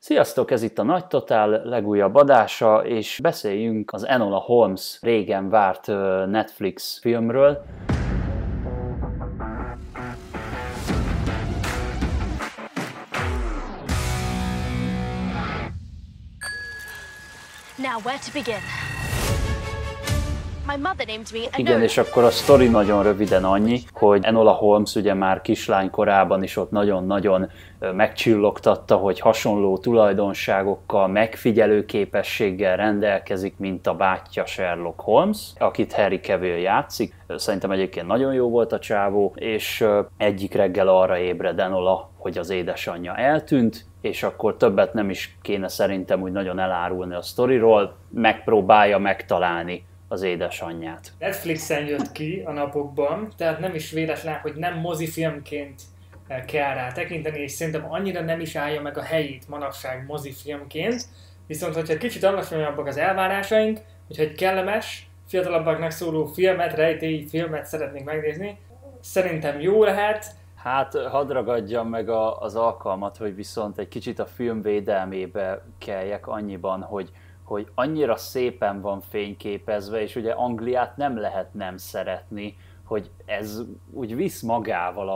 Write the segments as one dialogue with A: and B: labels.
A: Sziasztok, ez itt a Nagy Totál legújabb adása, és beszéljünk az Enola Holmes régen várt Netflix filmről.
B: Now, where to begin? My mother named me
A: Igen, és akkor a sztori nagyon röviden annyi, hogy Enola Holmes ugye már kislány korában is ott nagyon-nagyon megcsillogtatta, hogy hasonló tulajdonságokkal, megfigyelő képességgel rendelkezik, mint a bátyja Sherlock Holmes, akit Henry Cavill játszik. Szerintem egyébként nagyon jó volt a csávó, és egyik reggel arra ébred Enola, hogy az édesanyja eltűnt, és akkor többet nem is kéne szerintem úgy nagyon elárulni a sztoriról, megpróbálja megtalálni az édesanyját.
C: Netflixen jött ki a napokban, tehát nem is véletlen, hogy nem mozifilmként kell rá tekinteni, és szerintem annyira nem is állja meg a helyét manapság mozifilmként, viszont hogyha kicsit alacsonyabbak az elvárásaink, hogyha egy kellemes, fiatalabbaknak szóló filmet, rejtélyi filmet szeretnénk megnézni, szerintem jó lehet.
A: Hát hadd ragadjam meg az alkalmat, hogy viszont egy kicsit a film védelmébe kelljek annyiban, hogy annyira szépen van fényképezve, és ugye Angliát nem lehet nem szeretni, hogy ez úgy visz magával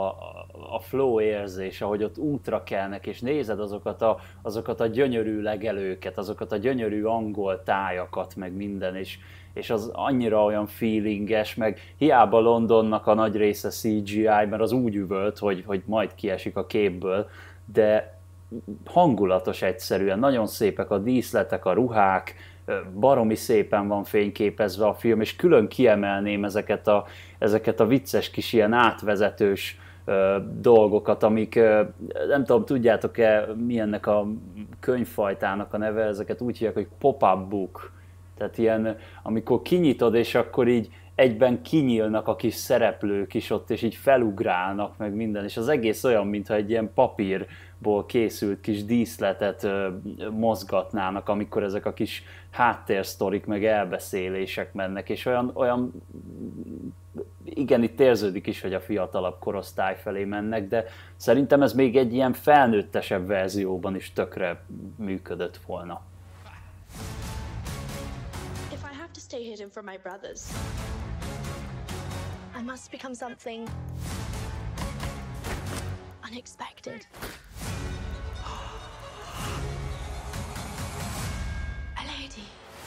A: a flow érzés, ahogy ott útra kelnek, és nézed azokat a gyönyörű legelőket, azokat a gyönyörű angol tájakat, meg minden, és az annyira olyan feelinges, meg hiába Londonnak a nagy része CGI, mert az úgy üvölt, hogy majd kiesik a képből, de hangulatos egyszerűen, nagyon szépek a díszletek, a ruhák, baromi szépen van fényképezve a film, és külön kiemelném ezeket a vicces kis ilyen átvezetős dolgokat, amik, nem tudom, tudjátok-e mi ennek a könyvfajtának a neve, ezeket úgy hívják, hogy pop-up book. Tehát ilyen, amikor kinyitod, és akkor így egyben kinyílnak a kis szereplők is ott, és így felugrálnak, meg minden, és az egész olyan, mintha egy ilyen papírból készült kis díszletet mozgatnának, amikor ezek a kis háttérsztorik, meg elbeszélések mennek, és olyan igen, itt érződik is, hogy a fiatalabb korosztály felé mennek, de szerintem ez még egy ilyen felnőttesebb verzióban is tökre működött volna.
B: stay hidden from my brothers. I must become something unexpected. A lady.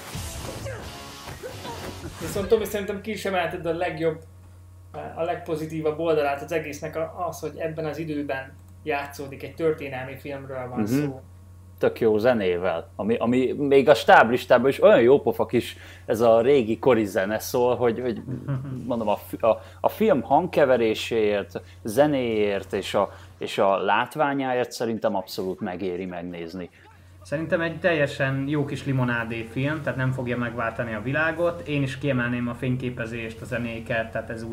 C: Viszont Tomi, szerintem ki is emelted a legjobb, a legpozitívabb oldalát az egésznek az, hogy ebben az időben játszódik, egy történelmi filmről van szó.
A: Tök jó zenével, ami még a stáblistában is olyan jó pofa kis ez a régi kori zene szól, hogy mondom, a film hangkeveréséért, zenéért és a látványáért szerintem abszolút megéri megnézni.
D: Szerintem egy teljesen jó kis limonádé film, tehát nem fogja megváltani a világot. Én is kiemelném a fényképezést, a zenéket, tehát ez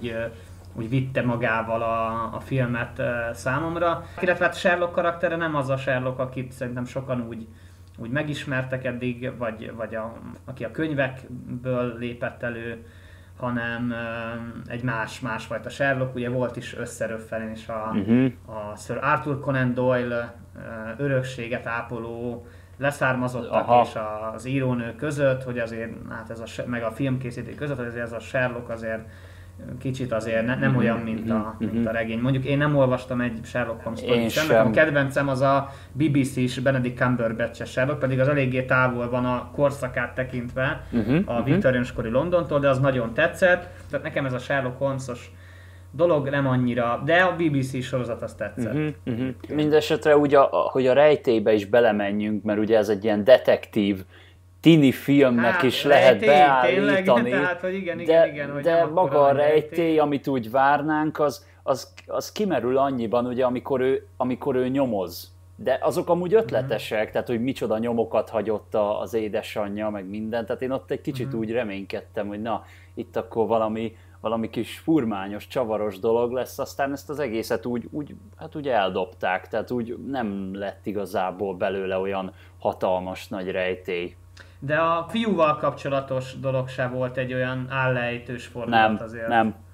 D: úgy vitte magával a filmet számomra. Illetve hát Sherlock karaktere nem az a Sherlock, akit szerintem sokan úgy megismertek eddig, vagy aki a könyvekből lépett elő, hanem egy másfajta Sherlock. Ugye volt is összeröffelen is a Sir Arthur Conan Doyle örökséget ápoló leszármazottak és az írónő között, hogy azért, hát meg a filmkészítő között, hogy ez a Sherlock azért kicsit azért nem olyan, mint a regény. Mondjuk én nem olvastam egy Sherlock Holmes-t sem. A kedvencem az a BBC-s Benedict Cumberbatch-es Sherlock, pedig az eléggé távol van a korszakát tekintve a viktoriánus-kori Londontól, de az nagyon tetszett. Tehát nekem ez a Sherlock Holmes-os dolog nem annyira, de a BBC sorozat az tetszett.
A: Mindesetre úgy, hogy a rejtélybe is belemenjünk, mert ugye ez egy ilyen detektív tini filmnek is lehet beállítani,
D: tehát, hogy igen, hogy
A: de maga a rejtély, amit úgy várnánk, az kimerül annyiban, ugye, amikor ő nyomoz. De azok amúgy ötletesek, tehát hogy micsoda nyomokat hagyott az édesanyja, meg minden, tehát én ott egy kicsit úgy reménykedtem, hogy na, itt akkor valami kis furmányos, csavaros dolog lesz, aztán ezt az egészet úgy eldobták, tehát úgy nem lett igazából belőle olyan hatalmas nagy rejtély.
D: De a fiúval kapcsolatos dolog se volt egy olyan állejtős fordulat azért.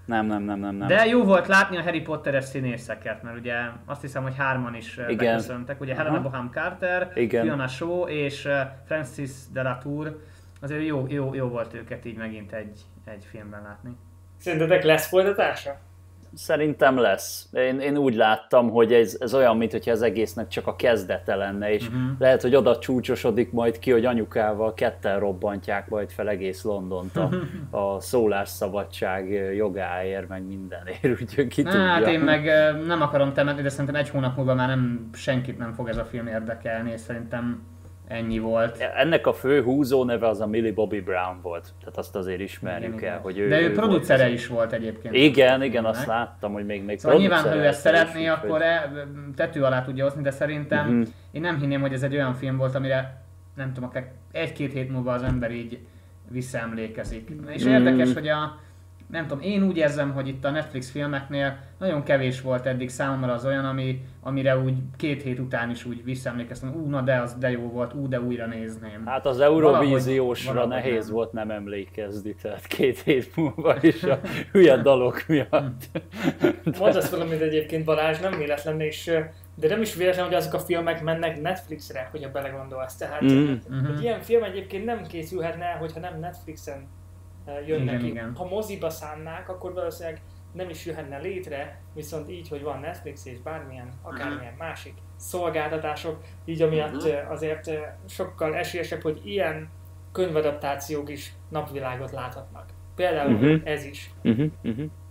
A: Nem.
D: De jó volt látni a Harry Potteres színészeket, mert ugye azt hiszem, hogy 3-an is beköszöntek. Ugye Helena Bonham Carter, Fiona Shaw és Francis de la Tour. Azért jó volt őket így megint egy filmben látni.
C: Szerintetek lesz folytatása?
A: Szerintem lesz. Én úgy láttam, hogy ez olyan, mintha az egésznek csak a kezdete lenne, és lehet, hogy oda csúcsosodik majd ki, hogy anyukával ketten robbantják majd fel egész Londont a szólásszabadság jogáért, meg mindenért, úgyhogy ki tudja.
D: Hát én meg nem akarom temetni, de szerintem egy hónap múlva már senkit nem fog ez a film érdekelni, és szerintem ennyi volt.
A: Ennek a fő húzó neve az a Millie Bobby Brown volt, tehát azt azért ismerjük el, hogy
D: de ő producere is volt egyébként.
A: Igen, azt láttam, hogy még
D: szóval nyilván, ha ő ezt szeretné, akkor tető alá tudja hozni, de szerintem én nem hinném, hogy ez egy olyan film volt, amire nem tudom, akár 1-2 hét múlva az ember így visszaemlékezik. És érdekes, hogy nem tudom, én úgy érzem, hogy itt a Netflix filmeknél nagyon kevés volt eddig számomra az olyan, amire úgy 2 hét után is úgy visszaemlékeztem, na de jó volt, de újra nézném.
A: Hát az Eurovíziósra nehéz nem volt nem emlékezni, tehát 2 hét múlva is a hülye dalok miatt.
C: Mondasz valamit egyébként, Balázs, nem véletlen, de nem is véletlen, hogy azok a filmek mennek Netflixre, hogyha belegondolsz. Tehát egy ilyen film egyébként nem készülhetne el, hogyha nem Netflixen jönnek ki.
D: Igen.
C: Ha moziba szánnák, akkor valószínűleg nem is jöhetne létre, viszont így, hogy van Netflix és akármilyen másik szolgáltatások, így amiatt azért sokkal esélyesebb, hogy ilyen könyvadaptációk is napvilágot láthatnak. Például ez is.